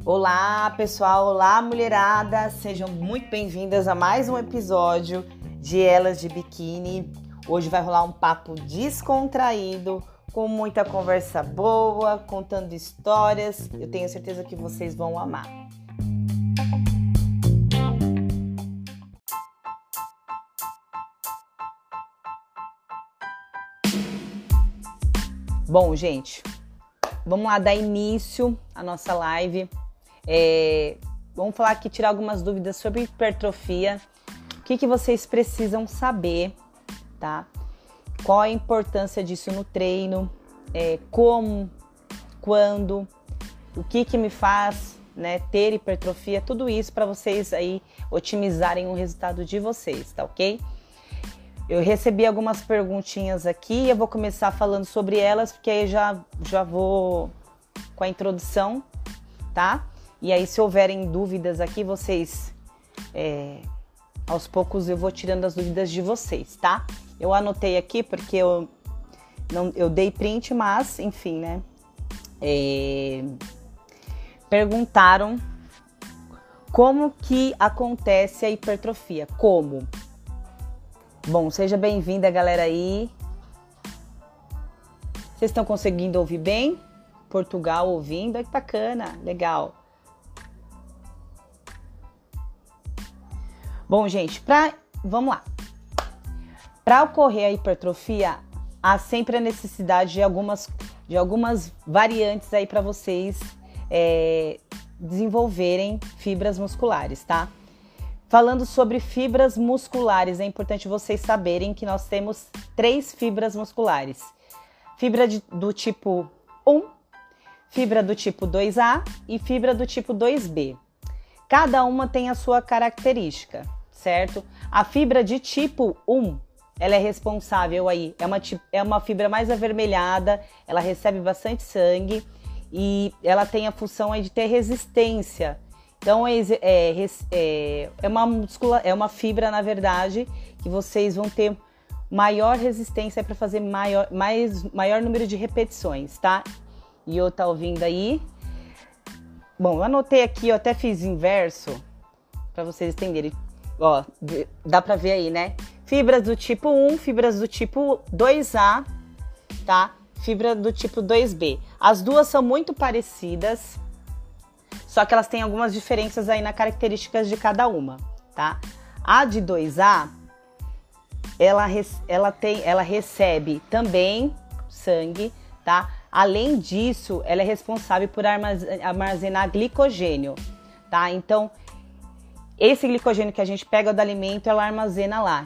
Olá pessoal, olá mulherada, sejam muito bem-vindas a mais um episódio de Elas de Biquíni. Hoje vai rolar um papo descontraído, com muita conversa boa, contando histórias. Eu tenho certeza que vocês vão amar. Bom, gente, vamos lá dar início à nossa live. Vamos falar aqui, tirar algumas dúvidas sobre hipertrofia. O que vocês precisam saber, tá? Qual a importância disso no treino, como, quando, o que me faz, né, ter hipertrofia, tudo isso para vocês aí otimizarem o resultado de vocês, tá ok? Eu recebi algumas perguntinhas aqui e eu vou começar falando sobre elas, porque aí já vou com a introdução, tá? E aí, se houverem dúvidas aqui, vocês, aos poucos eu vou tirando as dúvidas de vocês, tá? Eu anotei aqui porque eu dei print, mas, enfim, né? Perguntaram como que acontece a hipertrofia. Como? Bom, seja bem-vinda, galera, aí. Vocês estão conseguindo ouvir bem? Portugal ouvindo? Ai, que bacana, legal. Bom, gente, vamos lá. Para ocorrer a hipertrofia, há sempre a necessidade de algumas variantes aí para vocês desenvolverem fibras musculares, tá? Falando sobre fibras musculares, é importante vocês saberem que nós temos 3 fibras musculares. Fibra do tipo 1, fibra do tipo 2A e fibra do tipo 2B. Cada uma tem a sua característica, certo? A fibra de tipo 1, ela é responsável aí, é uma fibra mais avermelhada, ela recebe bastante sangue e ela tem a função aí de ter resistência. Então é uma fibra, na verdade, que vocês vão ter maior resistência para fazer maior número de repetições, tá? E eu tá ouvindo aí? Bom, eu anotei aqui, eu até fiz inverso para vocês entenderem. Ó, dá para ver aí, né? Fibras do tipo 1, fibras do tipo 2A, tá? Fibra do tipo 2B. As duas são muito parecidas, só que elas têm algumas diferenças aí nas características de cada uma, tá? A de 2A, ela recebe também sangue, tá? Além disso, ela é responsável por armazenar glicogênio, tá? Então, esse glicogênio que a gente pega do alimento, ela armazena lá.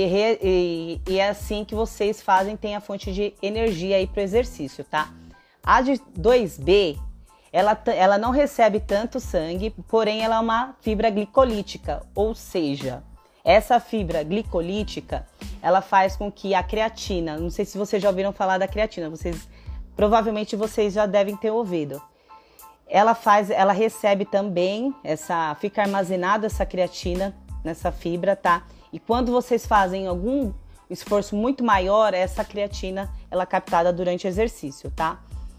E é assim que vocês tem a fonte de energia aí para o exercício, tá? A de 2B, ela não recebe tanto sangue, porém ela é uma fibra glicolítica, ou seja, essa fibra glicolítica, ela faz com que a creatina, não sei se vocês já ouviram falar da creatina, provavelmente vocês já devem ter ouvido. Ela recebe também, fica armazenada essa creatina nessa fibra, tá? E quando vocês fazem algum esforço muito maior, essa creatina, ela é captada durante o exercício, tá?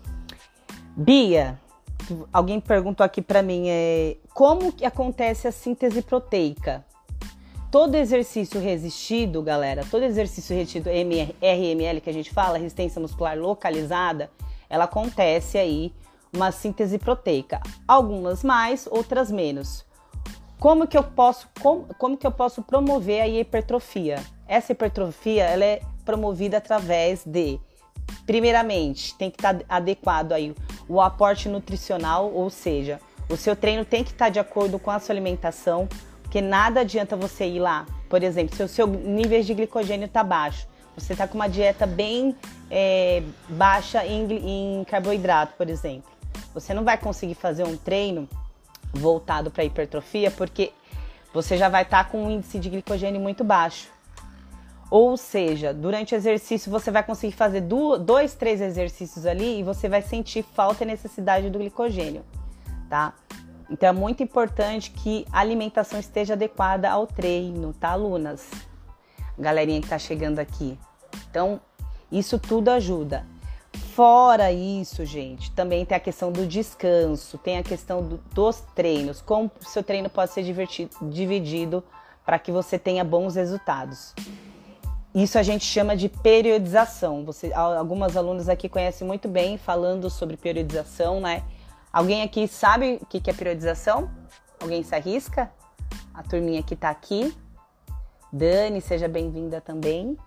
Bia, alguém perguntou aqui pra mim, como que acontece a síntese proteica? Todo exercício resistido, galera, todo exercício resistido, RML que a gente fala, resistência muscular localizada, ela acontece aí uma síntese proteica. Algumas mais, outras menos. Como que eu posso promover a hipertrofia? Essa hipertrofia, ela é promovida através de, primeiramente, tem que estar adequado aí o aporte nutricional, ou seja, o seu treino tem que estar de acordo com a sua alimentação, porque nada adianta você ir lá, por exemplo, se o seu nível de glicogênio está baixo, você está com uma dieta bem baixa em carboidrato, por exemplo, você não vai conseguir fazer um treino voltado para hipertrofia, porque você já vai estar com um índice de glicogênio muito baixo. Ou seja, durante o exercício você vai conseguir fazer 2, 3 exercícios ali e você vai sentir falta e necessidade do glicogênio, tá? Então é muito importante que a alimentação esteja adequada ao treino, tá, alunas? Galerinha que tá chegando aqui. Então, isso tudo ajuda. Fora isso, gente, também tem a questão do descanso, tem a questão dos treinos, como o seu treino pode ser dividido para que você tenha bons resultados. Isso a gente chama de periodização. Algumas alunas aqui conhecem muito bem falando sobre periodização, né? Alguém aqui sabe o que é periodização? Alguém se arrisca? A turminha que tá aqui. Dani, seja bem-vinda também.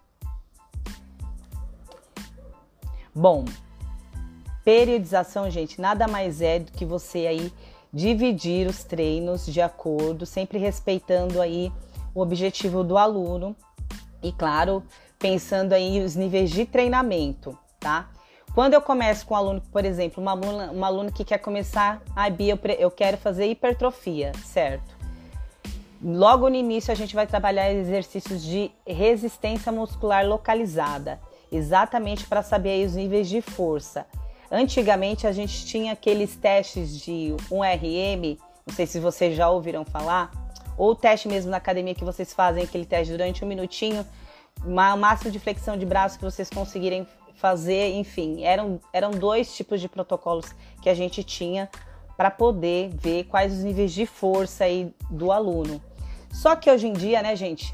Bom, periodização, gente, nada mais é do que você aí dividir os treinos de acordo, sempre respeitando aí o objetivo do aluno e, claro, pensando aí os níveis de treinamento, tá? Quando eu começo com um aluno, por exemplo, uma aluna que quer começar, Bia, eu quero fazer hipertrofia, certo? Logo no início a gente vai trabalhar exercícios de resistência muscular localizada, exatamente para saber aí os níveis de força. Antigamente a gente tinha aqueles testes de 1RM, não sei se vocês já ouviram falar, ou o teste mesmo na academia que vocês fazem, aquele teste durante 1 minutinho, o máximo de flexão de braço que vocês conseguirem fazer, enfim, eram 2 tipos de protocolos que a gente tinha para poder ver quais os níveis de força aí do aluno. Só que hoje em dia, né, gente,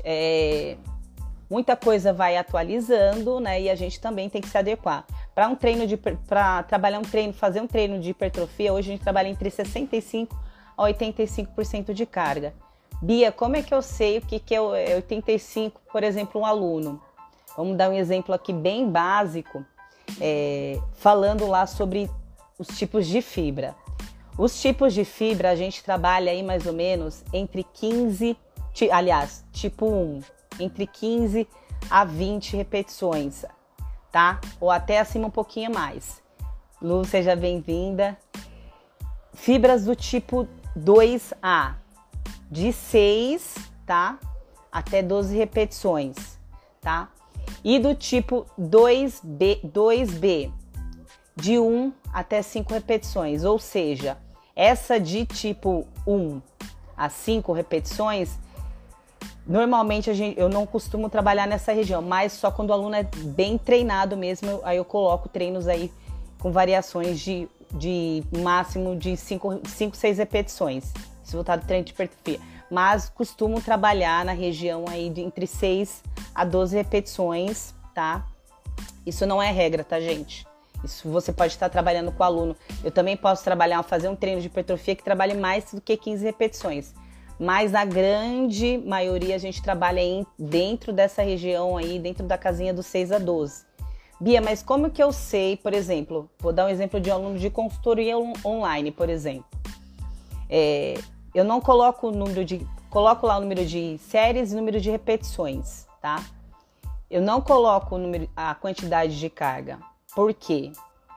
muita coisa vai atualizando, né, e a gente também tem que se adequar. Para trabalhar fazer um treino de hipertrofia, hoje a gente trabalha entre 65% a 85% de carga. Bia, como é que eu sei o que é 85%, por exemplo, um aluno? Vamos dar um exemplo aqui bem básico, falando lá sobre os tipos de fibra. Os tipos de fibra a gente trabalha aí mais ou menos entre 15, tipo 1, entre 15 a 20 repetições, tá? Ou até acima um pouquinho mais. Lu, seja bem-vinda. Fibras do tipo 2A, de 6, tá? Até 12 repetições, tá? E do tipo 2B, de 1 até 5 repetições, ou seja, essa de tipo 1 a 5 repetições, normalmente eu não costumo trabalhar nessa região, mas só quando o aluno é bem treinado mesmo, aí eu coloco treinos aí com variações de máximo de 5, 6 repetições, se voltar do treino de hipertrofia. Mas costumo trabalhar na região aí de entre 6 a 12 repetições, tá? Isso não é regra, tá, gente? Isso você pode estar trabalhando com o aluno. Eu também posso fazer um treino de hipertrofia que trabalhe mais do que 15 repetições. Mas a grande maioria a gente trabalha dentro dessa região aí, dentro da casinha dos 6 a 12. Bia, mas como que eu sei, por exemplo, vou dar um exemplo de um aluno de consultoria online, por exemplo. Eu não coloco coloco lá o número de séries e o número de repetições, tá? Eu não coloco a quantidade de carga. Por quê?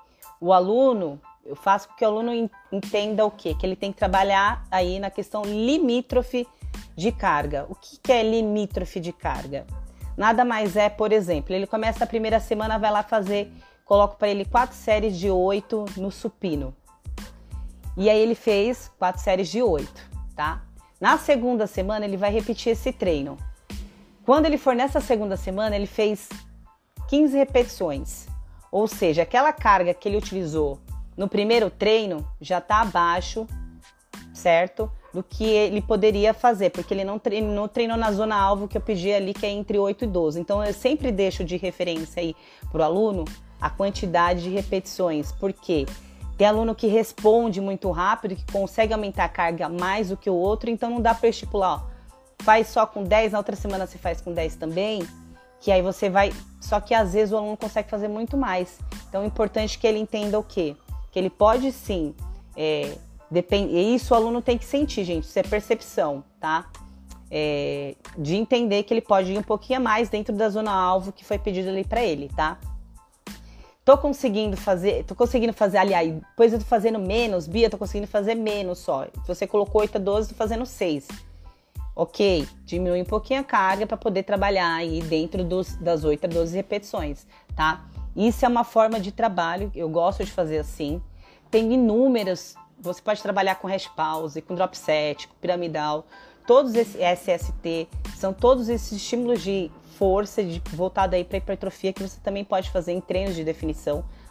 Eu faço com que o aluno entenda o quê? Que ele tem que trabalhar aí na questão limítrofe de carga. O que é limítrofe de carga? Nada mais é, por exemplo, ele começa a primeira semana, vai lá coloco para ele 4 séries de 8 no supino. E aí ele fez 4 séries de 8, tá? Na segunda semana ele vai repetir esse treino. Quando ele for nessa segunda semana, ele fez 15 repetições. Ou seja, aquela carga que ele utilizou no primeiro treino já está abaixo, certo? Do que ele poderia fazer, porque ele não treinou na zona alvo que eu pedi ali, que é entre 8 e 12. Então eu sempre deixo de referência aí para o aluno a quantidade de repetições. Por quê? Tem aluno que responde muito rápido, que consegue aumentar a carga mais do que o outro, então não dá para estipular, ó, faz só com 10, na outra semana você faz com 10 também, que aí você vai... Só que às vezes o aluno consegue fazer muito mais. Então é importante que ele entenda o quê? Que ele pode sim, e isso o aluno tem que sentir, gente, isso é percepção, tá? De entender que ele pode ir um pouquinho a mais dentro da zona alvo que foi pedido ali para ele, tá? Tô conseguindo fazer, aliás, depois eu tô fazendo menos, Bia, tô conseguindo fazer menos só. Você colocou 8 a 12, tô fazendo 6. Ok, diminui um pouquinho a carga para poder trabalhar aí dentro das 8 a 12 repetições, tá? Isso é uma forma de trabalho, eu gosto de fazer assim. Tem inúmeras, você pode trabalhar com hash pause, com drop set, com piramidal, todos esses SST, são todos esses estímulos de força voltado aí para hipertrofia que você também pode fazer em treinos de definição,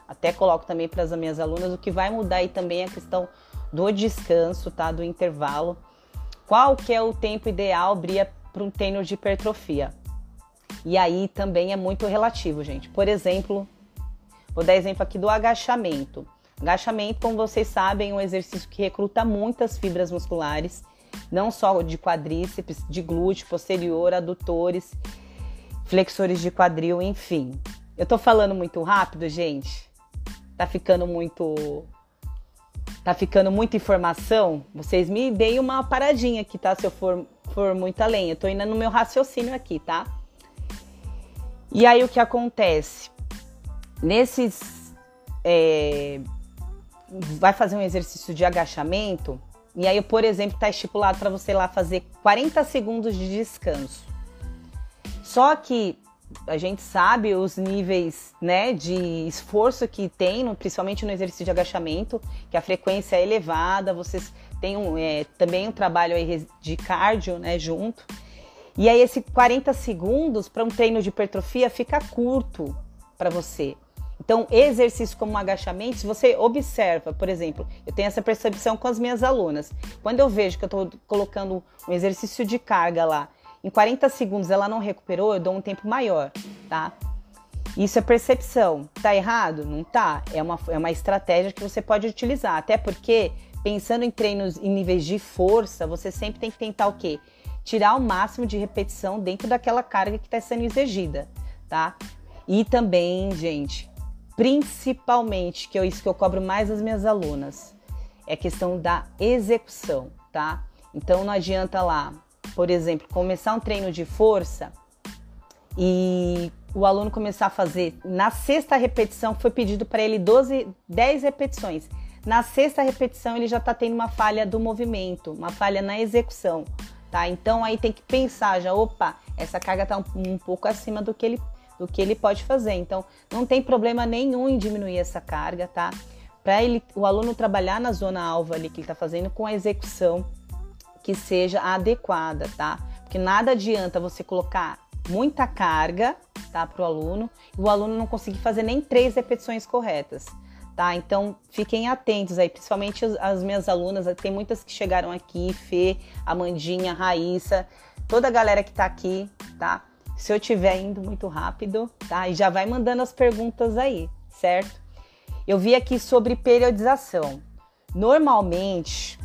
até coloco também para as minhas alunas, o que vai mudar aí também é a questão do descanso, tá? Do intervalo. Qual que é o tempo ideal, Bria, para um treino de hipertrofia? E aí também é muito relativo, gente. Por exemplo, vou dar exemplo aqui do agachamento. Agachamento, como vocês sabem, é um exercício que recruta muitas fibras musculares, não só de quadríceps, de glúteo, posterior, adutores, flexores de quadril, enfim. Eu tô falando muito rápido, gente? Tá ficando muita informação? Vocês me deem uma paradinha aqui, tá? Se eu for muito além. Eu tô indo no meu raciocínio aqui, tá? E aí o que acontece? Vai fazer um exercício de agachamento, e aí, por exemplo, tá estipulado para você lá fazer 40 segundos de descanso. Só que a gente sabe os níveis, né, de esforço que tem, principalmente no exercício de agachamento, que a frequência é elevada, vocês têm também um trabalho aí de cardio, né, junto. E aí esse 40 segundos para um treino de hipertrofia fica curto para você. Então, exercício como um agachamento, se você observa, por exemplo, eu tenho essa percepção com as minhas alunas. Quando eu vejo que eu estou colocando um exercício de carga lá, em 40 segundos ela não recuperou, eu dou um tempo maior, tá? Isso é percepção. Tá errado? Não tá. É uma estratégia que você pode utilizar. Até porque, pensando em treinos em níveis de força, você sempre tem que tentar o quê? Tirar o máximo de repetição dentro daquela carga que está sendo exigida, tá? E também, gente, principalmente, que é isso que eu cobro mais das minhas alunas, é a questão da execução, tá? Então não adianta lá, por exemplo, começar um treino de força e o aluno começar a fazer, na sexta repetição foi pedido para ele 10 repetições. Na sexta repetição ele já está tendo uma falha do movimento, uma falha na execução, tá? Então aí tem que pensar já, opa, essa carga está um pouco acima do que ele pode fazer. Então não tem problema nenhum em diminuir essa carga, tá? Para o aluno trabalhar na zona alva ali que ele está fazendo com a execução que seja adequada, tá? Porque nada adianta você colocar muita carga, tá, para o aluno e o aluno não conseguir fazer nem 3 repetições corretas, tá? Então fiquem atentos aí, principalmente as minhas alunas, tem muitas que chegaram aqui, Fê, Amandinha, Raíssa, toda a galera que tá aqui, tá? Se eu estiver indo muito rápido, tá? E já vai mandando as perguntas aí, certo? Eu vi aqui sobre periodização. Normalmente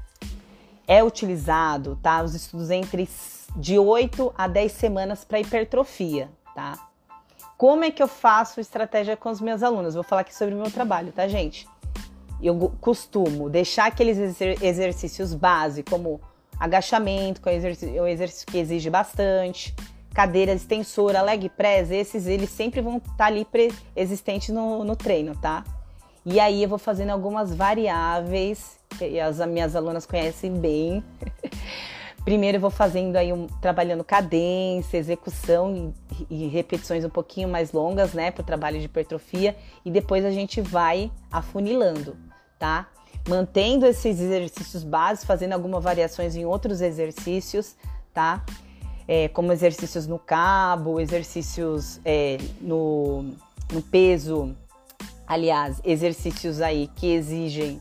é utilizado, tá? Os estudos de 8 a 10 semanas para hipertrofia, tá? Como é que eu faço estratégia com os meus alunos? Vou falar aqui sobre o meu trabalho, tá, gente? Eu costumo deixar aqueles exercícios básicos, como agachamento, que é um exercício que exige bastante, cadeira extensora, leg press, eles sempre vão estar ali existentes no treino, tá? E aí eu vou fazendo algumas variáveis, que as minhas alunas conhecem bem. Primeiro eu vou fazendo aí, trabalhando cadência, execução e repetições um pouquinho mais longas, né, para o trabalho de hipertrofia. E depois a gente vai afunilando, tá? Mantendo esses exercícios básicos, fazendo algumas variações em outros exercícios, tá? Como exercícios no cabo, exercícios no peso, aliás, exercícios aí que exigem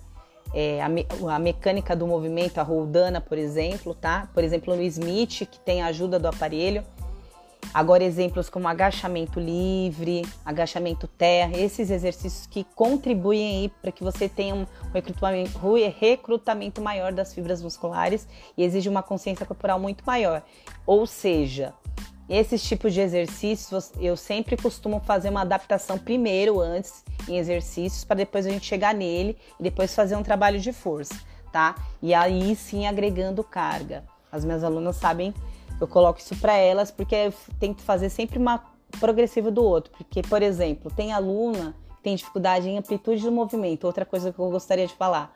a mecânica do movimento, a roldana, por exemplo, tá? Por exemplo, no Smith, que tem a ajuda do aparelho. Agora, exemplos como agachamento livre, agachamento terra, esses exercícios que contribuem aí para que você tenha um recrutamento maior das fibras musculares e exige uma consciência corporal muito maior. Ou seja, esses tipos de exercícios eu sempre costumo fazer uma adaptação primeiro, antes, em exercícios, para depois a gente chegar nele e depois fazer um trabalho de força, tá? E aí sim agregando carga. As minhas alunas sabem, eu coloco isso para elas, porque eu tento fazer sempre uma progressiva do outro. Porque, por exemplo, tem aluna que tem dificuldade em amplitude do movimento. Outra coisa que eu gostaria de falar.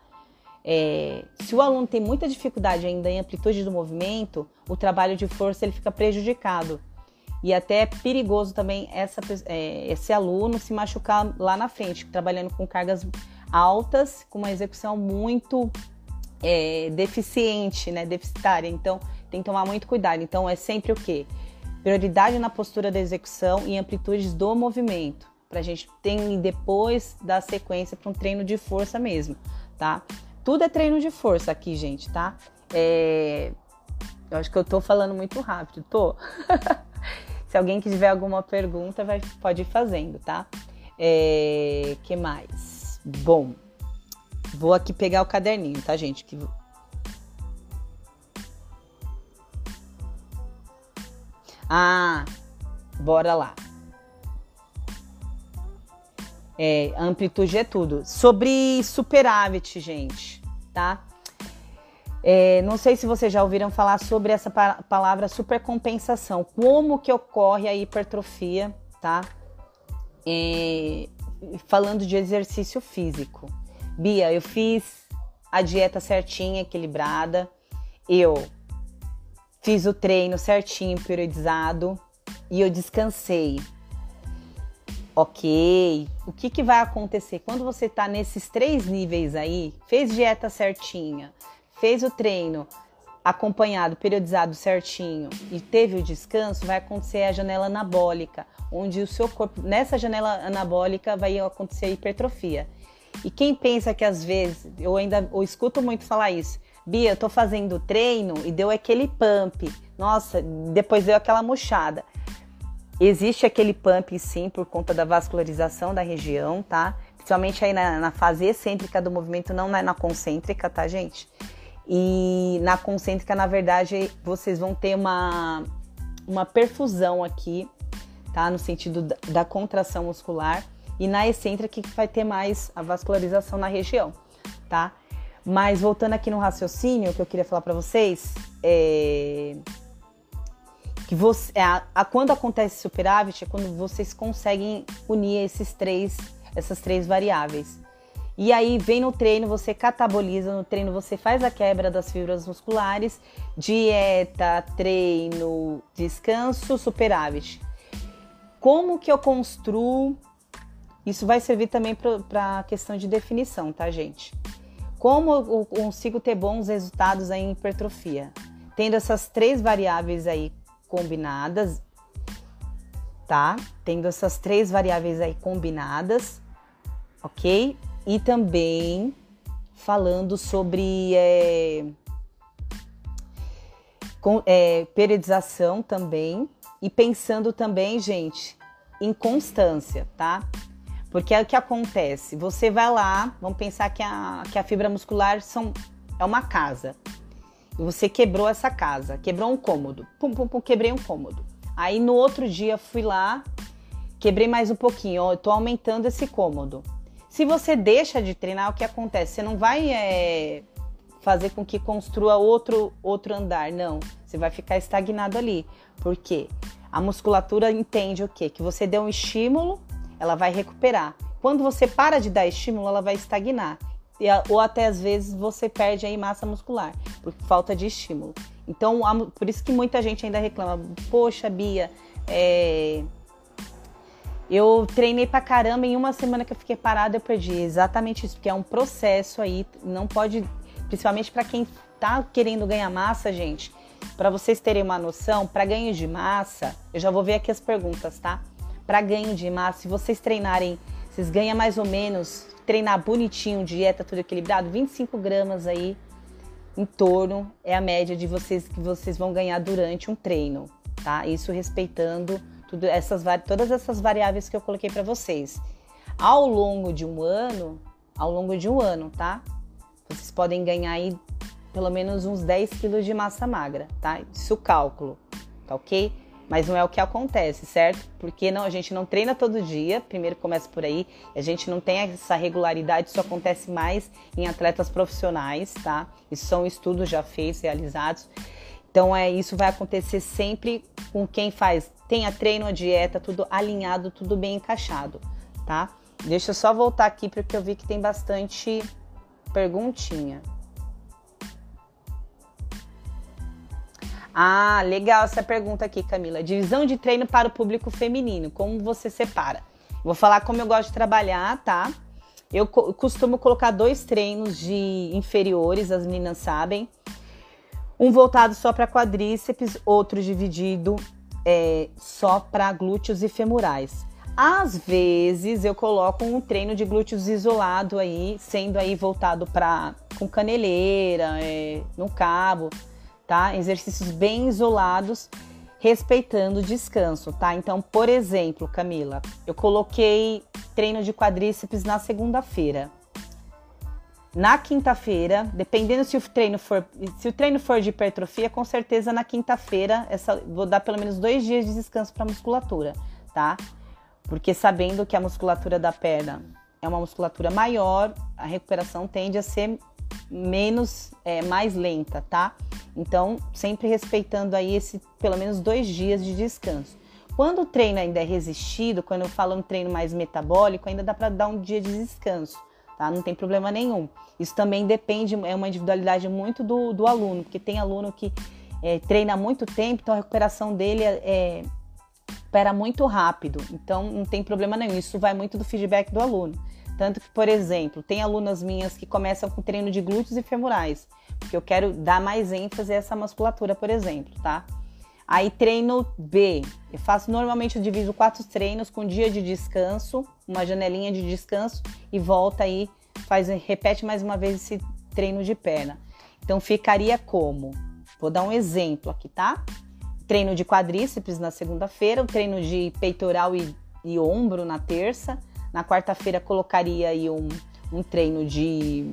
Se o aluno tem muita dificuldade ainda em amplitude do movimento, o trabalho de força ele fica prejudicado. E até é perigoso também esse aluno se machucar lá na frente, trabalhando com cargas altas, com uma execução muito deficiente, né, deficitária. Então, tem que tomar muito cuidado. Então, é sempre o quê? Prioridade na postura da execução e amplitudes do movimento. Pra gente ter depois dar sequência para um treino de força mesmo, tá? Tudo é treino de força aqui, gente, tá? Eu acho que eu tô falando muito rápido, tô? Se alguém que tiver alguma pergunta, pode ir fazendo, tá? Que mais? Bom, vou aqui pegar o caderninho, tá, gente? Bora lá. Amplitude é tudo. Sobre superávit, gente, tá? Não sei se vocês já ouviram falar sobre essa palavra supercompensação. Como que ocorre a hipertrofia, tá? Falando de exercício físico. Bia, eu fiz a dieta certinha, equilibrada. Eu fiz o treino certinho, periodizado. E eu descansei. Ok. O que vai acontecer? Quando você tá nesses 3 níveis aí, fez dieta certinha, fez o treino acompanhado, periodizado certinho e teve o descanso, vai acontecer a janela anabólica, onde o seu corpo, nessa janela anabólica, vai acontecer a hipertrofia. E quem pensa que às vezes, eu escuto muito falar isso, Bia, eu tô fazendo treino e deu aquele pump, nossa, depois deu aquela murchada. Existe aquele pump sim, por conta da vascularização da região, tá? Principalmente aí na fase excêntrica do movimento, não na concêntrica, tá, gente? E na concêntrica, na verdade, vocês vão ter uma perfusão aqui, tá? No sentido da contração muscular. E na excêntrica que vai ter mais a vascularização na região, tá? Mas voltando aqui no raciocínio, o que eu queria falar pra vocês que quando acontece superávit é quando vocês conseguem unir essas três variáveis. E aí vem no treino, você cataboliza, no treino você faz a quebra das fibras musculares, dieta, treino, descanso, superávit. Como que eu construo? Isso vai servir também para a questão de definição, tá, gente? Como eu consigo ter bons resultados aí em hipertrofia? Tendo essas 3 variáveis aí combinadas, tá? Tendo essas 3 variáveis aí combinadas, ok? E também falando sobre periodização também e pensando também, gente, em constância, tá? Porque é o que acontece, você vai lá, vamos pensar que a fibra muscular é uma casa. E você quebrou essa casa, quebrou um cômodo. Quebrei um cômodo. Aí no outro dia fui lá, quebrei mais um pouquinho, ó, eu tô aumentando esse cômodo. Se você deixa de treinar, o que acontece? Você não vai fazer com que construa outro andar, não. Você vai ficar estagnado ali. Por quê? A musculatura entende o quê? Que você deu um estímulo, ela vai recuperar. Quando você para de dar estímulo, ela vai estagnar. Ou até às vezes você perde aí massa muscular, por falta de estímulo. Então, por isso que muita gente ainda reclama, poxa, Bia, eu treinei pra caramba, em uma semana que eu fiquei parada eu perdi. Exatamente isso, porque é um processo aí, não pode, principalmente para quem tá querendo ganhar massa, gente, para vocês terem uma noção, para ganho de massa, eu já vou ver aqui as perguntas, tá? Para ganho de massa, se vocês treinarem, vocês ganham mais ou menos, treinar bonitinho, dieta tudo equilibrado, 25 gramas aí em torno é a média de vocês que vocês vão ganhar durante um treino, tá? Isso respeitando todas essas variáveis que eu coloquei para vocês. Ao longo de um ano, tá? Vocês podem ganhar aí pelo menos uns 10 quilos de massa magra, tá? Isso é o cálculo, tá ok? Mas não é o que acontece, certo? Porque a gente não treina todo dia, primeiro começa por aí, a gente não tem essa regularidade, isso acontece mais em atletas profissionais, tá? Isso são estudos já feitos, realizados. Então, isso vai acontecer sempre com quem tenha treino, a dieta, tudo alinhado, tudo bem encaixado, tá? Deixa eu só voltar aqui porque eu vi que tem bastante perguntinha. Ah, legal essa pergunta aqui, Camila. Divisão de treino para o público feminino, como você separa? Vou falar como eu gosto de trabalhar, tá? Eu costumo colocar 2 treinos de inferiores, as meninas sabem. Um voltado só para quadríceps, outro dividido só para glúteos e femorais. Às vezes eu coloco um treino de glúteos isolado aí, sendo aí voltado para com caneleira, no cabo, tá? Exercícios bem isolados, respeitando o descanso, tá? Então, por exemplo, Camila, eu coloquei treino de quadríceps na segunda-feira. Na quinta-feira, dependendo se o treino for de hipertrofia, com certeza na quinta-feira vou dar pelo menos 2 dias de descanso para a musculatura, tá? Porque sabendo que a musculatura da perna é uma musculatura maior, a recuperação tende a ser mais lenta, tá? Então, sempre respeitando aí pelo menos 2 dias de descanso. Quando o treino ainda é resistido, quando eu falo um treino mais metabólico, ainda dá para dar um dia de descanso, tá? Não tem problema nenhum. Isso também depende, é uma individualidade muito do aluno, porque tem aluno que treina há muito tempo, então a recuperação dele recupera muito rápido, então não tem problema nenhum. Isso vai muito do feedback do aluno. Tanto que, por exemplo, tem alunas minhas que começam com treino de glúteos e femorais, porque eu quero dar mais ênfase a essa musculatura, por exemplo, tá? Aí treino B, normalmente eu divido 4 treinos com dia de descanso, uma janelinha de descanso e volta aí, repete mais uma vez esse treino de perna. Então ficaria como? Vou dar um exemplo aqui, tá? Treino de quadríceps na segunda-feira, um treino de peitoral e ombro na terça. Na quarta-feira colocaria aí um treino de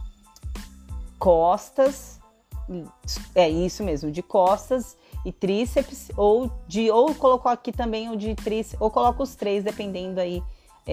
costas, isso mesmo, de costas e tríceps, ou colocou aqui também o de tríceps, ou coloco os 3, dependendo aí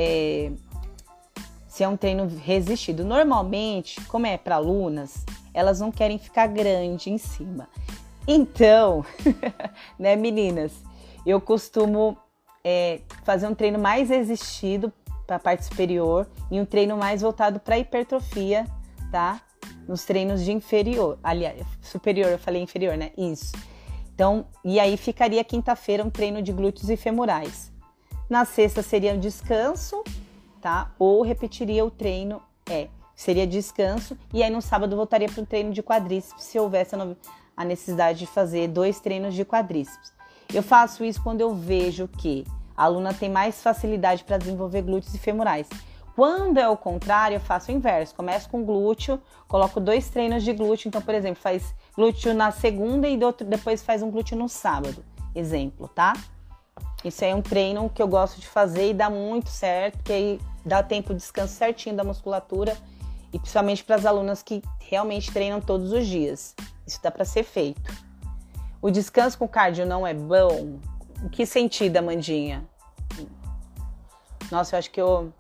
se é um treino resistido. Normalmente, como é para alunas, elas não querem ficar grande em cima. Então, né, meninas, eu costumo fazer um treino mais resistido para a parte superior e um treino mais voltado para hipertrofia, tá? Nos treinos de inferior, aliás, superior, eu falei inferior, né? Isso. Então, e aí ficaria quinta-feira um treino de glúteos e femorais. Na sexta seria um descanso, tá? Ou repetiria o treino, seria descanso, e aí no sábado voltaria para um treino de quadríceps, se houvesse a necessidade de fazer 2 treinos de quadríceps. Eu faço isso quando eu vejo que a aluna tem mais facilidade para desenvolver glúteos e femorais. Quando é o contrário, eu faço o inverso. Começo com glúteo, coloco 2 treinos de glúteo. Então, por exemplo, faz glúteo na segunda e depois faz um glúteo no sábado. Exemplo, tá? Isso é um treino que eu gosto de fazer e dá muito certo, porque aí dá tempo de descanso certinho da musculatura e principalmente para as alunas que realmente treinam todos os dias. Isso dá para ser feito. O descanso com cardio não é bom? Em que sentido, Amandinha? Nossa, eu acho que eu...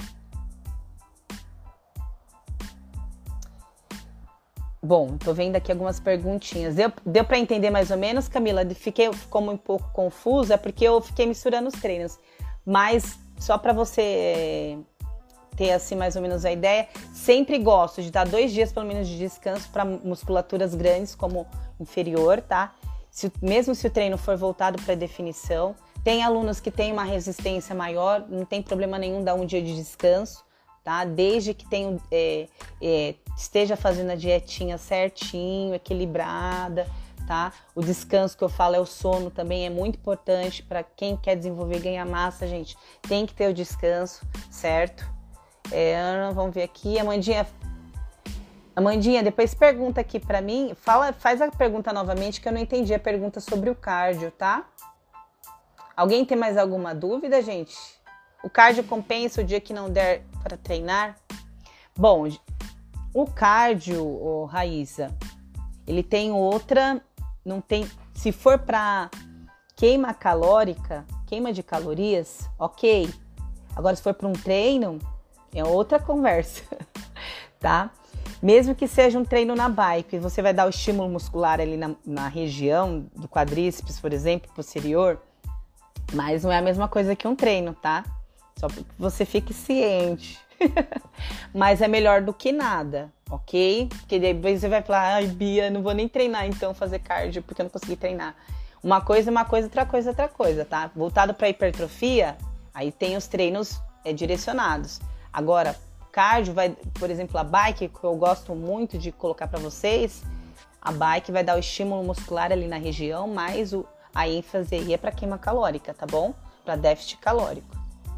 Bom, tô vendo aqui algumas perguntinhas. Deu para entender mais ou menos, Camila? Ficou um pouco confusa, é porque eu fiquei misturando os treinos. Mas, só para você ter assim mais ou menos a ideia, sempre gosto de dar 2 dias pelo menos de descanso para musculaturas grandes como inferior, tá? Mesmo se o treino for voltado para definição. Tem alunos que têm uma resistência maior, não tem problema nenhum dar um dia de descanso, tá? Desde que esteja fazendo a dietinha certinho, equilibrada, tá? O descanso que eu falo é o sono também, é muito importante para quem quer desenvolver, ganhar massa, gente. Tem que ter o descanso, certo? Vamos ver aqui, Amandinha, depois pergunta aqui pra mim, faz a pergunta novamente que eu não entendi a pergunta sobre o cardio, tá? Alguém tem mais alguma dúvida, gente? O cardio compensa o dia que não der para treinar? Bom, o cardio, Raíssa, ele tem não tem, se for para queima calórica, queima de calorias, ok. Agora, se for para um treino, é outra conversa, tá? Mesmo que seja um treino na bike, você vai dar o estímulo muscular ali na região do quadríceps, por exemplo, posterior, mas não é a mesma coisa que um treino, tá? Só para que você fique ciente. Mas é melhor do que nada, ok? Porque depois você vai falar, ai, Bia, não vou nem treinar então, fazer cardio, porque eu não consegui treinar. Uma coisa é uma coisa, outra coisa é outra coisa, tá? Voltado para hipertrofia, aí tem os treinos direcionados. Agora, cardio por exemplo, a bike, que eu gosto muito de colocar para vocês, a bike vai dar o estímulo muscular ali na região, mas a ênfase aí é para queima calórica, tá bom? Para déficit calórico.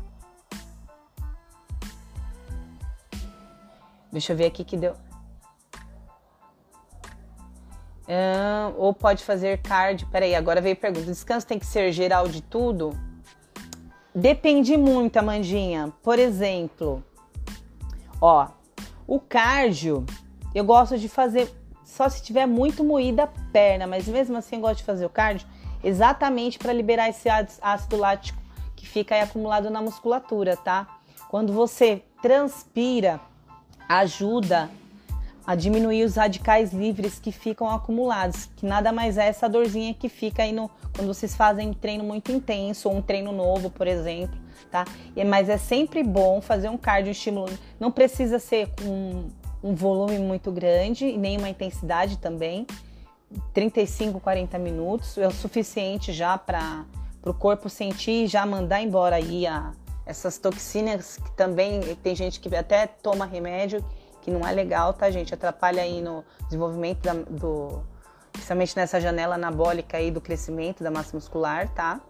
Deixa eu ver aqui que deu. Ou pode fazer cardio. Peraí, agora veio a pergunta. O descanso tem que ser geral de tudo? Depende muito, Amandinha. Por exemplo, ó, o cardio eu gosto de fazer só se tiver muito moída a perna, mas mesmo assim eu gosto de fazer o cardio exatamente para liberar esse ácido lático que fica aí acumulado na musculatura, tá? Quando você transpira, ajuda a diminuir os radicais livres que ficam acumulados, que nada mais é essa dorzinha que fica aí quando vocês fazem um treino muito intenso ou um treino novo, por exemplo, tá? Mas é sempre bom fazer um cardio estímulo, não precisa ser um volume muito grande e nem uma intensidade também, 35, 40 minutos é o suficiente já para o corpo sentir e já mandar embora aí essas toxinas, que também tem gente que até toma remédio, que não é legal, tá, gente? Atrapalha aí no desenvolvimento principalmente nessa janela anabólica aí do crescimento da massa muscular, tá?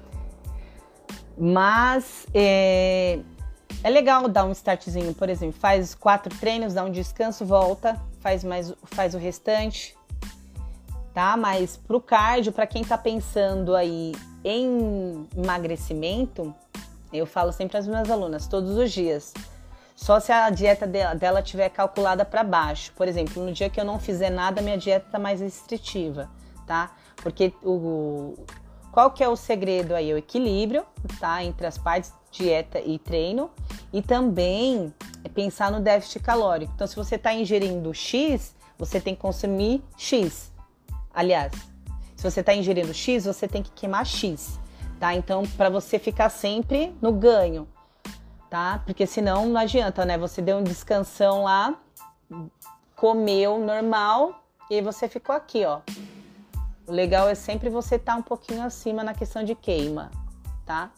Mas é legal dar um startzinho, por exemplo, faz 4 treinos, dá um descanso, volta, faz o restante, tá? Mas pro cardio, para quem tá pensando aí em emagrecimento, eu falo sempre às minhas alunas, todos os dias, só se a dieta dela tiver calculada para baixo. Por exemplo, no dia que eu não fizer nada, minha dieta tá mais restritiva, tá? Porque qual que é o segredo aí? O equilíbrio, tá? Entre as partes dieta e treino, e também pensar no déficit calórico. Então, se você está ingerindo X, você tem que consumir X. Aliás, se você está ingerindo X, você tem que queimar X, tá? Então, para você ficar sempre no ganho, tá? Porque senão não adianta, né? Você deu um descansão lá, comeu normal e você ficou aqui, ó. O legal é sempre você estar um pouquinho acima na questão de queima, tá?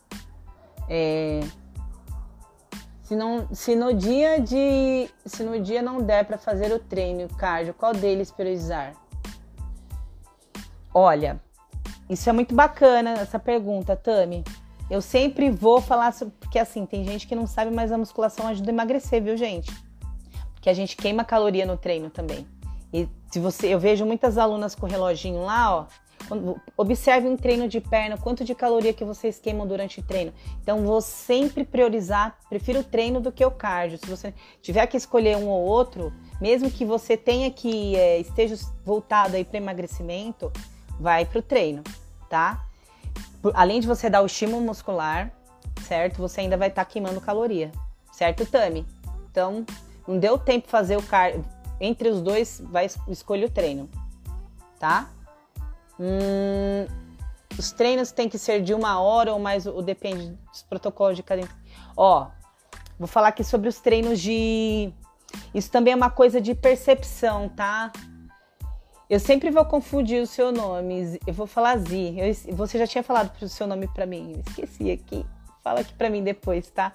Se no dia não der para fazer o treino cardio, qual deles priorizar? Olha, isso é muito bacana essa pergunta, Tami. Eu sempre vou falar sobre, porque assim, tem gente que não sabe, mas a musculação ajuda a emagrecer, viu, gente? Porque a gente queima caloria no treino também. E eu vejo muitas alunas com o reloginho lá, ó. Observe um treino de perna, quanto de caloria que vocês queimam durante o treino. Então, vou sempre priorizar, prefiro o treino do que o cardio. Se você tiver que escolher um ou outro, mesmo que você tenha que esteja voltado aí para emagrecimento, vai pro treino, tá? Além de você dar o estímulo muscular, certo? Você ainda vai estar queimando caloria, certo, Tami? Então, não deu tempo de fazer o cardio. Entre os dois, escolha o treino, tá? Os treinos têm que ser de 1 hora ou mais, ou depende dos protocolos de cada... Ó, vou falar aqui sobre os treinos de... Isso também é uma coisa de percepção, tá? Eu sempre vou confundir o seu nome. Eu vou falar Zi. Você já tinha falado o seu nome pra mim. Eu esqueci aqui. Fala aqui pra mim depois, tá?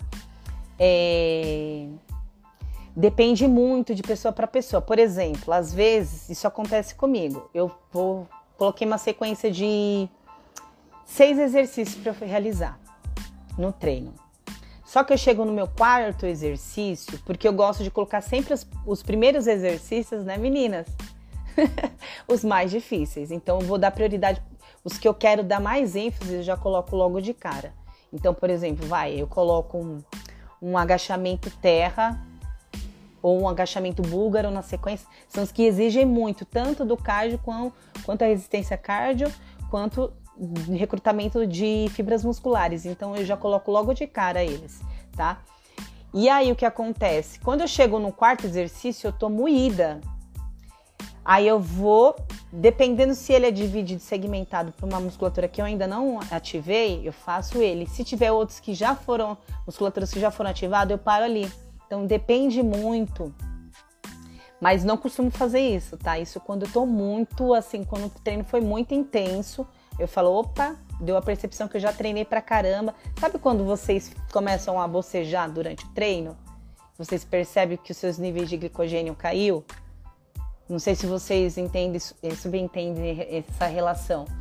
Depende muito de pessoa para pessoa. Por exemplo, às vezes, isso acontece comigo. Coloquei uma sequência de 6 exercícios para eu realizar no treino. Só que eu chego no meu 4º exercício, porque eu gosto de colocar sempre os primeiros exercícios, né, meninas? Os mais difíceis. Então, eu vou dar prioridade. Os que eu quero dar mais ênfase, eu já coloco logo de cara. Então, por exemplo, eu coloco um agachamento terra ou um agachamento búlgaro na sequência. São os que exigem muito, tanto do cardio quanto a resistência cardio, quanto recrutamento de fibras musculares. Então, eu já coloco logo de cara eles, tá? E aí, o que acontece? Quando eu chego no 4º exercício, eu tô moída. Aí eu vou, dependendo se ele é dividido, segmentado para uma musculatura que eu ainda não ativei, eu faço ele. Se tiver outros que já foram, musculaturas que já foram ativadas, eu paro ali. Então depende muito, mas não costumo fazer isso, tá? Isso quando eu tô muito, assim, quando o treino foi muito intenso, eu falo, opa, deu a percepção que eu já treinei pra caramba. Sabe quando vocês começam a bocejar durante o treino? Vocês percebem que os seus níveis de glicogênio caiu? Não sei se vocês subentendem essa relação.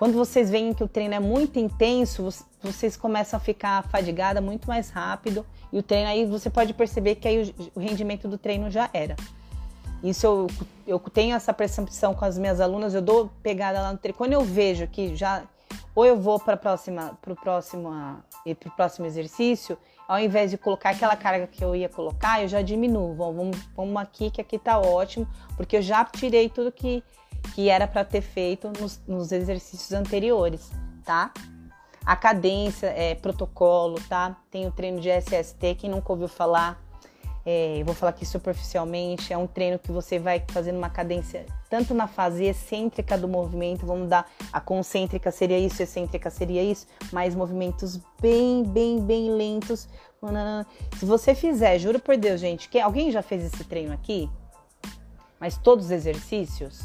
Quando vocês veem que o treino é muito intenso, vocês começam a ficar fadigada muito mais rápido. E o treino aí, você pode perceber que aí o rendimento do treino já era. Isso eu tenho essa percepção com as minhas alunas, eu dou pegada lá no treino. Quando eu vejo que já, ou eu vou para o próximo exercício, ao invés de colocar aquela carga que eu ia colocar, eu já diminuo. Vamos aqui, que aqui tá ótimo, porque eu já tirei tudo que era para ter feito nos exercícios anteriores, tá? A cadência, protocolo, tá? Tem o treino de SST, quem nunca ouviu falar, eu vou falar aqui superficialmente, é um treino que você vai fazendo uma cadência tanto na fase excêntrica do movimento, vamos dar, a concêntrica seria isso, excêntrica seria isso, mas movimentos bem lentos. Se você fizer, juro por Deus, gente, que alguém já fez esse treino aqui? Mas todos os exercícios?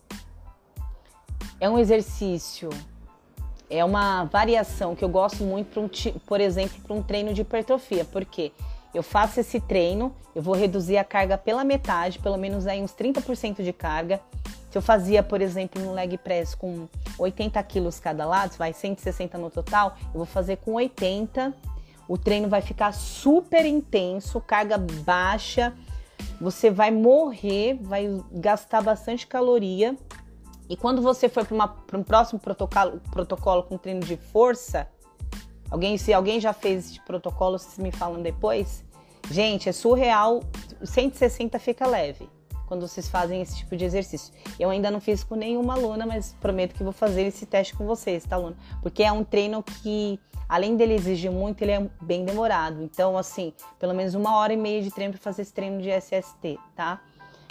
É um exercício, é uma variação que eu gosto muito, por exemplo, para um treino de hipertrofia, porque eu faço esse treino, eu vou reduzir a carga pela metade, pelo menos aí uns 30% de carga. Se eu fazia, por exemplo, um leg press com 80 quilos cada lado, vai 160 no total, eu vou fazer com 80. O treino vai ficar super intenso, carga baixa, você vai morrer, vai gastar bastante caloria. E quando você for para um próximo protocolo com treino de força, se alguém já fez esse protocolo, vocês me falam depois. Gente, é surreal, 160 fica leve quando vocês fazem esse tipo de exercício. Eu ainda não fiz com nenhuma aluna, mas prometo que vou fazer esse teste com vocês, tá, aluna? Porque é um treino que, além dele exigir muito, ele é bem demorado. Então, assim, pelo menos 1h30 de treino para fazer esse treino de SST, tá?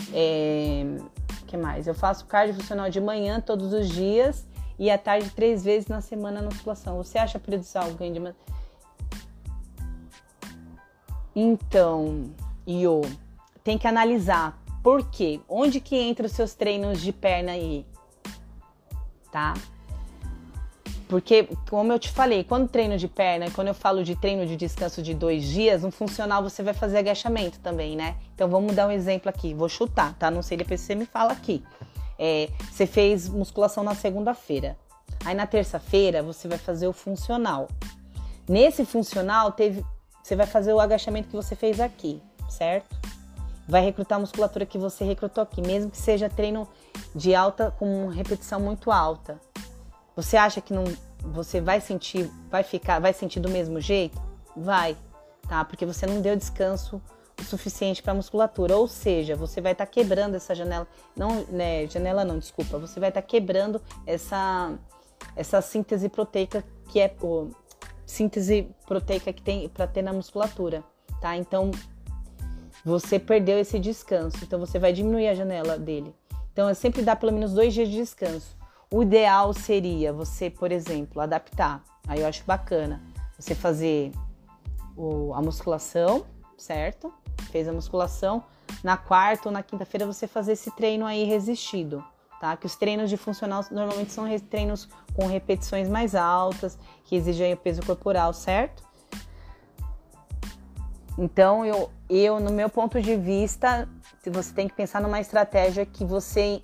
O que mais? Eu faço cardio funcional de manhã todos os dias e à tarde 3 vezes na semana na musculação. Você acha prejudicial o ganho de massa? Então, tem que analisar. Por quê? Onde que entra os seus treinos de perna aí? Tá? Porque, como eu te falei, quando treino de perna, quando eu falo de treino de descanso de 2 dias, no funcional você vai fazer agachamento também, né? Então vamos dar um exemplo aqui, vou chutar, tá? Não sei, depois você me fala aqui. Você fez musculação na segunda-feira. Aí na terça-feira você vai fazer o funcional. Nesse funcional, você vai fazer o agachamento que você fez aqui, certo? Vai recrutar a musculatura que você recrutou aqui, mesmo que seja treino de alta, com repetição muito alta. Você acha que você vai sentir do mesmo jeito? Vai, tá? Porque você não deu descanso o suficiente para a musculatura. Ou seja, você vai estar quebrando essa janela. Desculpa. Você vai estar quebrando essa síntese proteica que é síntese proteica que tem para ter na musculatura, tá? Então, você perdeu esse descanso. Então, você vai diminuir a janela dele. Então, sempre dá pelo menos 2 dias de descanso. O ideal seria você, por exemplo, adaptar. Aí eu acho bacana você fazer a musculação, certo? Fez a musculação. Na quarta ou na quinta-feira você fazer esse treino aí resistido, tá? Que os treinos de funcional normalmente são treinos com repetições mais altas, que exigem o peso corporal, certo? Então, eu no meu ponto de vista, você tem que pensar numa estratégia que você...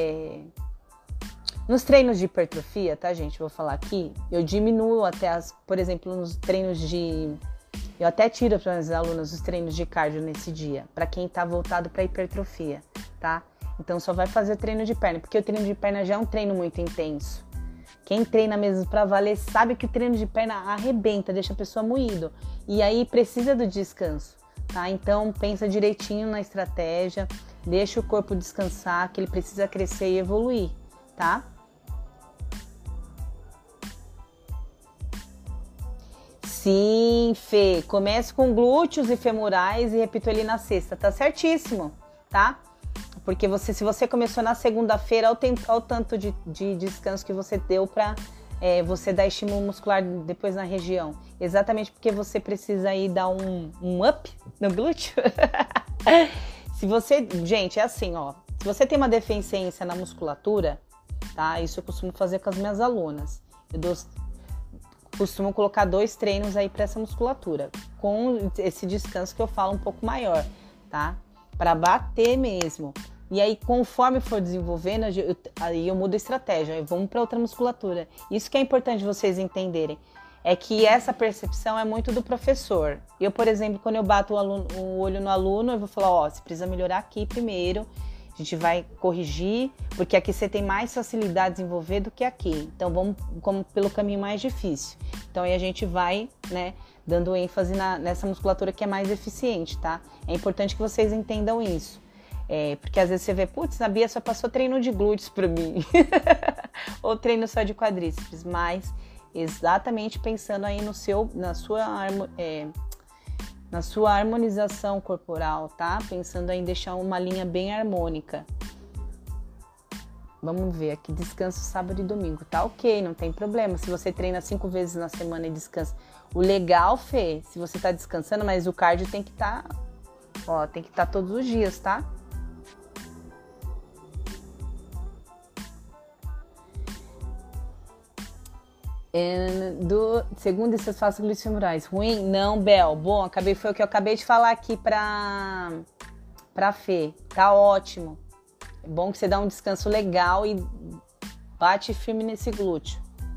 Nos treinos de hipertrofia, tá, gente? Vou falar aqui. Eu diminuo até por exemplo, nos treinos de... Eu até tiro para as alunas os treinos de cardio nesse dia, para quem tá voltado para hipertrofia, tá? Então só vai fazer treino de perna, porque o treino de perna já é um treino muito intenso. Quem treina mesmo para valer sabe que o treino de perna arrebenta, deixa a pessoa moído. E aí precisa do descanso, tá? Então pensa direitinho na estratégia, deixa o corpo descansar, que ele precisa crescer e evoluir, tá? Sim, Fê, comece com glúteos e femorais e repito ele na sexta, tá certíssimo, tá? Porque se você começou na segunda-feira, olha o tanto de descanso que você deu para você dar estímulo muscular depois na região. Exatamente porque você precisa aí dar um up no glúteo. Gente, é assim, ó, se você tem uma deficiência na musculatura, tá? Isso eu costumo fazer com as minhas alunas. Costumo colocar 2 treinos aí para essa musculatura, com esse descanso que eu falo um pouco maior, tá? Para bater mesmo. E aí, conforme for desenvolvendo, aí eu mudo a estratégia, aí vamos para outra musculatura. Isso que é importante vocês entenderem. É que essa percepção é muito do professor. Eu, por exemplo, quando eu bato o olho no aluno, eu vou falar, ó, você precisa melhorar aqui primeiro, a gente vai corrigir, porque aqui você tem mais facilidade de desenvolver do que aqui. Então, vamos pelo caminho mais difícil. Então, aí a gente vai, né, dando ênfase nessa musculatura que é mais eficiente, tá? É importante que vocês entendam isso. Porque às vezes você vê, putz, a Bia só passou treino de glúteos pra mim. Ou treino só de quadríceps, mas exatamente pensando aí na sua harmonização corporal, tá? Pensando aí em deixar uma linha bem harmônica. Vamos ver aqui, descanso sábado e domingo, tá ok, não tem problema. Se você treina 5 vezes na semana e descansa. O legal, Fê, se você tá descansando, mas o cardio tem que estar, tem que estar todos os dias, tá? Do segundo, vocês façam glúteos femorais. Ruim? Não, Bel. Bom, foi o que eu acabei de falar aqui pra Fê. Tá ótimo. É bom que você dá um descanso legal e bate firme nesse glúteo.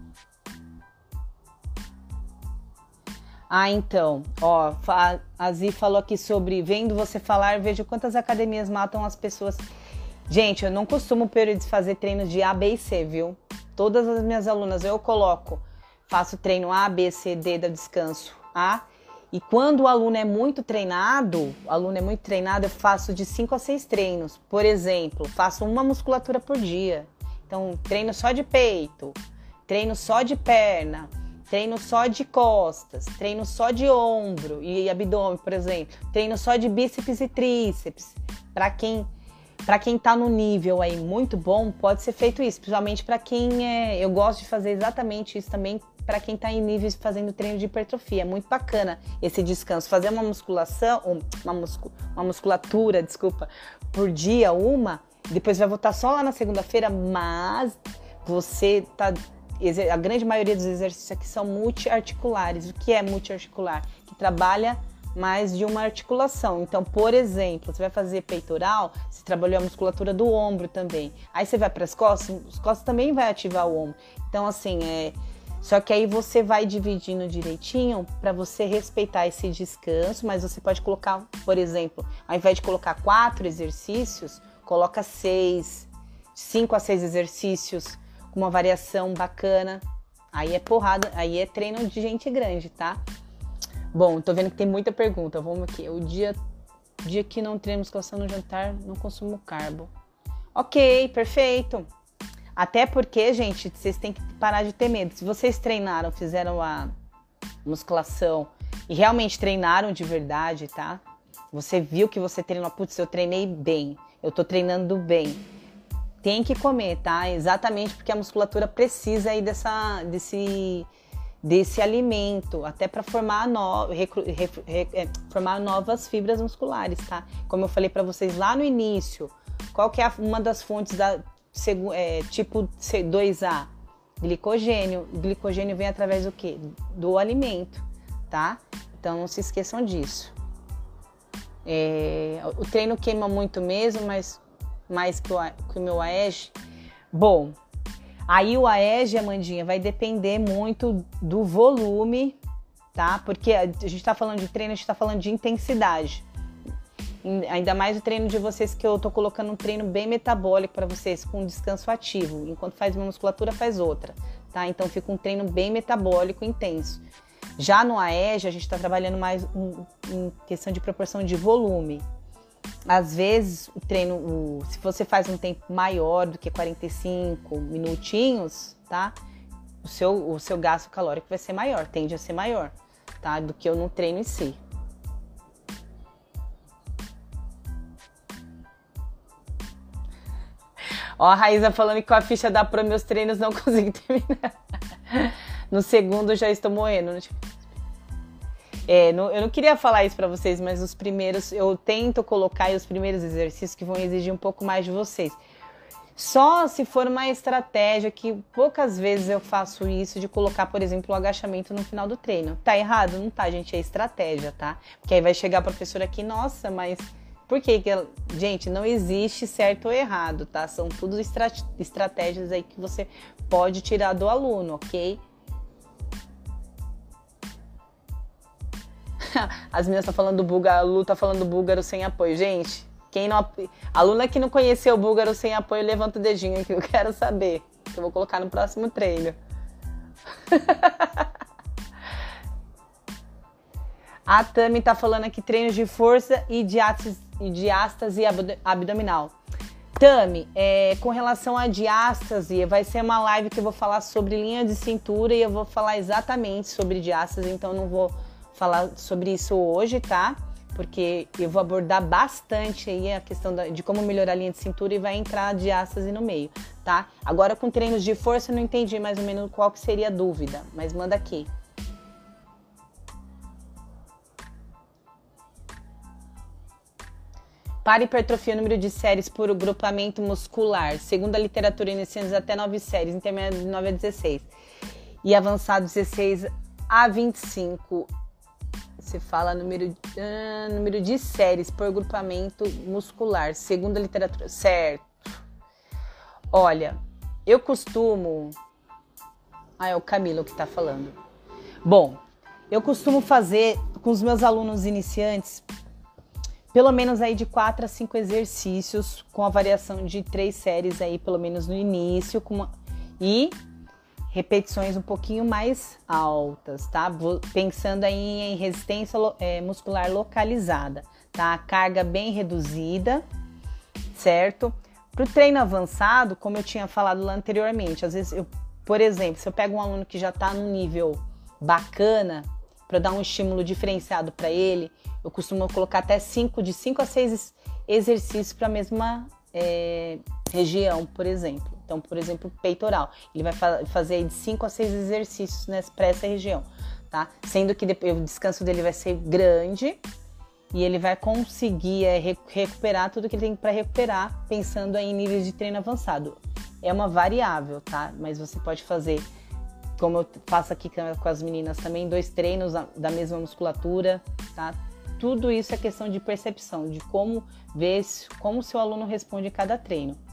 Então, a Zi falou aqui sobre vendo você falar, vejo quantas academias matam as pessoas. Gente, eu não costumo fazer treinos de A, B e C, viu? Todas as minhas alunas eu faço treino A, B, C, D, da descanso A. E quando o aluno é muito treinado, eu faço de 5 a 6 treinos. Por exemplo, faço uma musculatura por dia. Então, treino só de peito, treino só de perna, treino só de costas, treino só de ombro e abdômen, por exemplo. Treino só de bíceps e tríceps. Para quem tá no nível aí muito bom, pode ser feito isso. Principalmente para quem eu gosto de fazer exatamente isso também para quem tá em níveis fazendo treino de hipertrofia. É muito bacana esse descanso. Fazer uma musculatura, por dia, depois vai voltar só lá na segunda-feira, mas a grande maioria dos exercícios aqui são multiarticulares. O que é multiarticular? Que trabalha mais de uma articulação. Então, por exemplo, você vai fazer peitoral, você trabalhou a musculatura do ombro também. Aí você vai para as costas também vai ativar o ombro. Então, assim, só que aí você vai dividindo direitinho para você respeitar esse descanso, mas você pode colocar, por exemplo, ao invés de colocar 4 exercícios, coloca 6, 5 a 6 exercícios, com uma variação bacana. Aí é porrada, aí é treino de gente grande, tá? Bom, tô vendo que tem muita pergunta. Vamos aqui. O dia que não treino musculação no jantar, não consumo carbo. Ok, perfeito. Até porque, gente, vocês têm que parar de ter medo. Se vocês treinaram, fizeram a musculação e realmente treinaram de verdade, tá? Você viu que você treinou, putz, eu treinei bem, eu tô treinando bem. Tem que comer, tá? Exatamente porque a musculatura precisa aí desse alimento, até para formar novas fibras musculares, tá? Como eu falei para vocês lá no início, qual que é uma das fontes tipo C2A? Glicogênio. O glicogênio vem através do quê? Do alimento, tá? Então não se esqueçam disso. O treino queima muito mesmo, mas mais que o meu AEG. Bom, aí o AEG, Amandinha, vai depender muito do volume, tá? Porque a gente tá falando de treino, a gente tá falando de intensidade. Ainda mais o treino de vocês, que eu tô colocando um treino bem metabólico para vocês, com descanso ativo. Enquanto faz uma musculatura, faz outra, tá? Então fica um treino bem metabólico, intenso. Já no AEG, a gente tá trabalhando mais em questão de proporção de volume. Às vezes, o treino, se você faz um tempo maior do que 45 minutinhos, tá? O seu gasto calórico vai ser maior, tende a ser maior, tá? Do que eu no treino em si. Ó, a Raíza falando que com a ficha da Pro meus treinos não consigo terminar. No segundo eu já estou morrendo. Eu não queria falar isso pra vocês, mas os primeiros, eu tento colocar aí os primeiros exercícios que vão exigir um pouco mais de vocês. Só se for uma estratégia, que poucas vezes eu faço isso, de colocar, por exemplo, o agachamento no final do treino. Tá errado? Não tá, gente, é estratégia, tá? Porque aí vai chegar a professora aqui, nossa, mas Por quê? Gente, não existe certo ou errado, tá? São tudo estratégias aí que você pode tirar do aluno, ok? As meninas estão falando do búlgaro, a Lu tá falando do búlgaro sem apoio. Gente, aluna que não conheceu o búlgaro sem apoio, levanta o dedinho que eu quero saber. Que eu vou colocar no próximo treino. A Tami tá falando aqui treinos de força e diástase abdominal. Tami, com relação à diástase, vai ser uma live que eu vou falar sobre linha de cintura e eu vou falar exatamente sobre diástase, então eu não vou falar sobre isso hoje, tá? Porque eu vou abordar bastante aí a questão de como melhorar a linha de cintura e vai entrar a diástase no meio, tá? Agora com treinos de força eu não entendi mais ou menos qual que seria a dúvida, mas manda aqui. Para hipertrofia, o número de séries por grupamento muscular, segundo a literatura, iniciantes até 9 séries, intermédio de 9 a 16 e avançado 16 a 25. Você fala número de séries por grupamento muscular, segundo a literatura. Certo. Olha, eu costumo... é o Camilo que tá falando. Bom, eu costumo fazer com os meus alunos iniciantes pelo menos aí de 4 a 5 exercícios com a variação de 3 séries aí, pelo menos no início, e repetições um pouquinho mais altas, tá? Pensando aí em resistência muscular localizada, tá? Carga bem reduzida, certo? Para o treino avançado, como eu tinha falado lá anteriormente, às vezes por exemplo, se eu pego um aluno que já está num nível bacana, para dar um estímulo diferenciado para ele, eu costumo colocar até de 5 a 6 exercícios para a mesma região, por exemplo. Então, por exemplo, peitoral. Ele vai fazer de 5 a 6 exercícios para essa região, tá? Sendo que o descanso dele vai ser grande e ele vai conseguir recuperar tudo que ele tem para recuperar, pensando aí em níveis de treino avançado. É uma variável, tá? Mas você pode fazer, como eu faço aqui com as meninas também, 2 treinos da mesma musculatura, tá? Tudo isso é questão de percepção, de como ver como o seu aluno responde em cada treino.